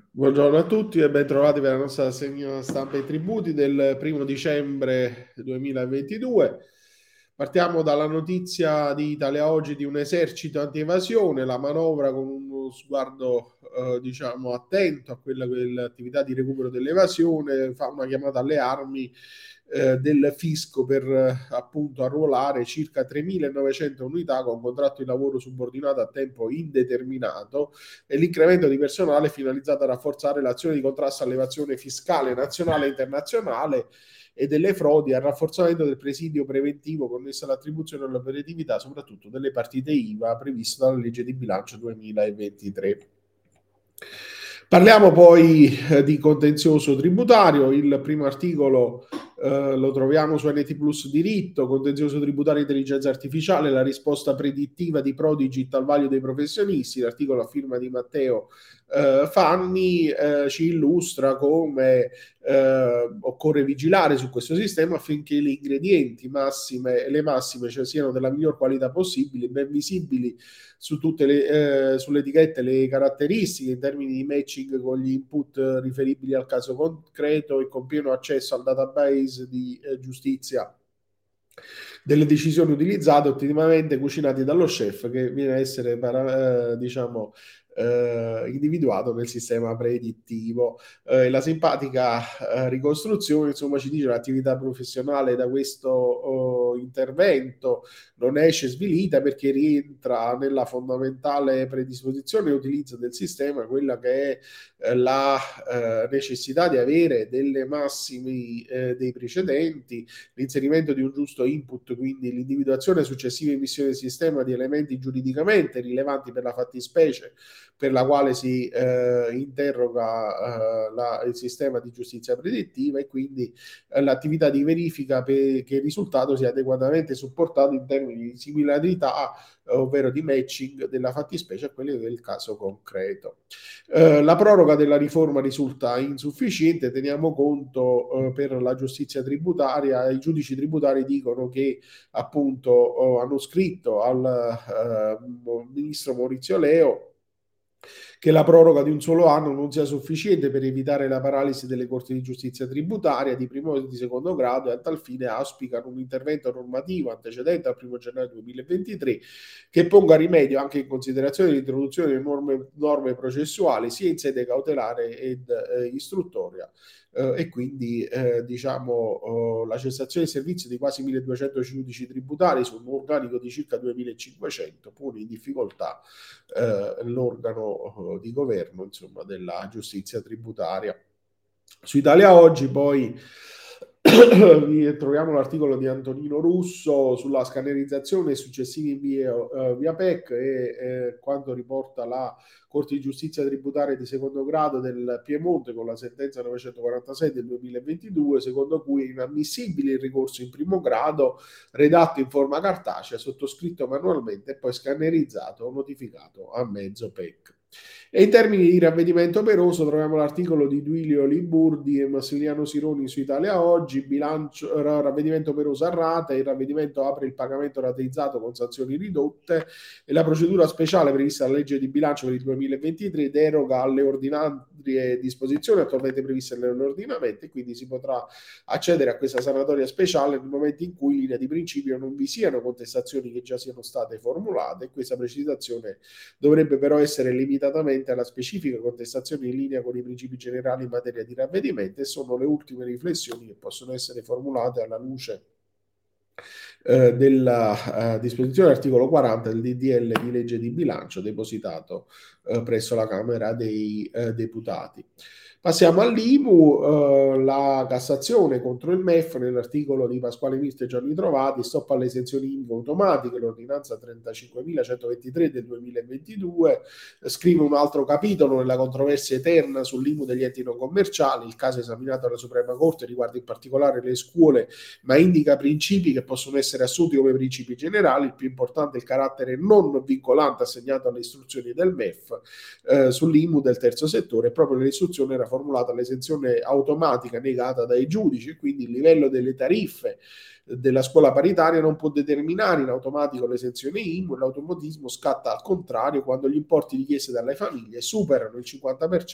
Buongiorno a tutti e ben trovati per la nostra rassegna stampa e tributi del 1° dicembre 2022. Partiamo dalla notizia di Italia Oggi di un esercito anti-evasione, la manovra con uno sguardo diciamo attento a quella che è l'attività di recupero dell'evasione, fa una chiamata alle armi del fisco per appunto arruolare circa 3.900 unità con contratto di lavoro subordinato a tempo indeterminato e l'incremento di personale finalizzato a rafforzare l'azione di contrasto all'evasione fiscale nazionale e internazionale e delle frodi, al rafforzamento del presidio preventivo connesso all'attribuzione dell'operatività, soprattutto delle partite IVA previsto dalla legge di bilancio 2023. Parliamo poi di contenzioso tributario. Il primo articolo lo troviamo su NT Plus Diritto, contenzioso tributario intelligenza artificiale, la risposta predittiva di Prodigit al vaglio dei professionisti. L'articolo a firma di Matteo Fanni ci illustra come occorre vigilare su questo sistema affinché gli ingredienti massime e le massime, cioè, siano della miglior qualità possibile, ben visibili su tutte sulle etichette le caratteristiche in termini di matching con gli input riferibili al caso concreto e con pieno accesso al database di giustizia delle decisioni utilizzate ottimamente cucinati dallo chef che viene a essere diciamo individuato nel sistema predittivo. La simpatica ricostruzione insomma ci dice che l'attività professionale da questo intervento non esce svilita perché rientra nella fondamentale predisposizione e utilizzo del sistema, quella che è la necessità di avere delle massimi dei precedenti, l'inserimento di un giusto input, quindi l'individuazione e successiva emissione del sistema di elementi giuridicamente rilevanti per la fattispecie per la quale si interroga il sistema di giustizia predittiva e quindi l'attività di verifica che il risultato sia adeguatamente supportato in termini di similarità ovvero di matching della fattispecie a quelli del caso concreto. La proroga della riforma risulta insufficiente, teniamo conto per la giustizia tributaria, i giudici tributari dicono che appunto hanno scritto al ministro Maurizio Leo che la proroga di un solo anno non sia sufficiente per evitare la paralisi delle corti di giustizia tributaria di primo e di secondo grado e a tal fine auspicano un intervento normativo antecedente al 1° gennaio 2023 che ponga rimedio anche in considerazione dell'introduzione di norme processuali sia in sede cautelare ed istruttoria. E quindi diciamo la cessazione di servizio di quasi 1.200 giudici tributari su un organico di circa 2.500 pone in difficoltà l'organo di governo insomma, della giustizia tributaria. Su Italia Oggi poi troviamo l'articolo di Antonino Russo sulla scannerizzazione e successivi invii via PEC e quanto riporta la Corte di Giustizia Tributaria di secondo grado del Piemonte con la sentenza 946 del 2022, secondo cui è inammissibile il ricorso in primo grado redatto in forma cartacea, sottoscritto manualmente e poi scannerizzato o notificato a mezzo PEC. E in termini di ravvedimento operoso troviamo l'articolo di Duilio Liburdi e Massimiliano Sironi su Italia Oggi, bilancio, ravvedimento operoso a rate, il ravvedimento apre il pagamento rateizzato con sanzioni ridotte e la procedura speciale prevista dalla legge di bilancio per il 2023 deroga alle ordinarie disposizioni attualmente previste nell'ordinamento e quindi si potrà accedere a questa sanatoria speciale nel momento in cui in linea di principio non vi siano contestazioni che già siano state formulate e questa precisazione dovrebbe però essere limitatamente alla specifica contestazione in linea con i principi generali in materia di ravvedimento e sono le ultime riflessioni che possono essere formulate alla luce della disposizione dell'articolo 40 del DDL di legge di bilancio depositato presso la Camera dei Deputati. Passiamo all'IMU, la Cassazione contro il MEF nell'articolo di Pasquale Misto e Gianni Trovati, stop alle esenzioni IMU automatiche, l'ordinanza 35.123 del 2022, scrive un altro capitolo nella controversia eterna sull'IMU degli enti non commerciali, il caso esaminato alla Suprema Corte riguarda in particolare le scuole, ma indica principi che possono essere assunti come principi generali, il più importante è il carattere non vincolante assegnato alle istruzioni del MEF sull'IMU del terzo settore e proprio nell'istruzione era formulata l'esenzione automatica negata dai giudici, quindi il livello delle tariffe della scuola paritaria non può determinare in automatico l'esenzione IMU e l'automatismo scatta al contrario quando gli importi richiesti dalle famiglie superano il 50%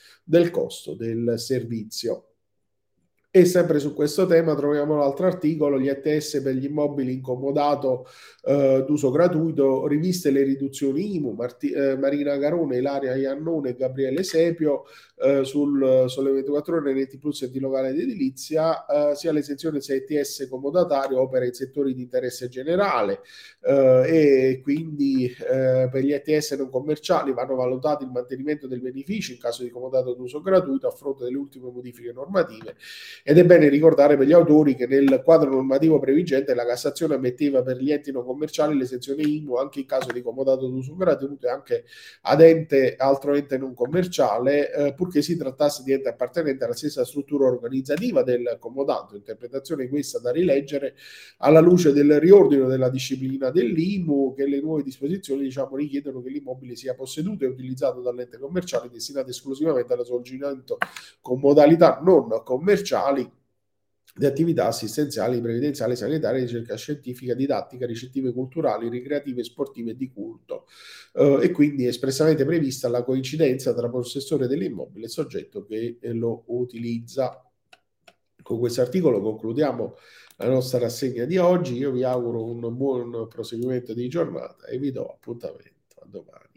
del costo del servizio. E sempre su questo tema troviamo l'altro articolo, gli ETS per gli immobili in comodato d'uso gratuito, riviste le riduzioni IMU, Marina Garone, Ilaria Iannone e Gabriele Sepio sul Sole 24 Ore, Reti Plus e di Locale d'Edilizia, sia l'esenzione ETS comodatario opera in settori di interesse generale e quindi per gli ETS non commerciali vanno valutati il mantenimento del beneficio in caso di comodato d'uso gratuito a fronte delle ultime modifiche normative. Ed è bene ricordare per gli autori che nel quadro normativo previgente la Cassazione ammetteva per gli enti non commerciali l'esenzione IMU anche in caso di comodato d'uso gratuito e anche ad altro ente non commerciale, purché si trattasse di ente appartenente alla stessa struttura organizzativa del comodato. Interpretazione questa da rileggere alla luce del riordino della disciplina dell'IMU, che le nuove disposizioni richiedono che l'immobile sia posseduto e utilizzato dall'ente commerciale destinato esclusivamente allo svolgimento con modalità non commerciali di attività assistenziali, previdenziali, sanitarie, ricerca scientifica, didattica, ricettive culturali, ricreative, sportive e di culto. E quindi è espressamente prevista la coincidenza tra possessore dell'immobile e soggetto che lo utilizza. Con questo articolo concludiamo la nostra rassegna di oggi. Io vi auguro un buon proseguimento di giornata e vi do appuntamento a domani.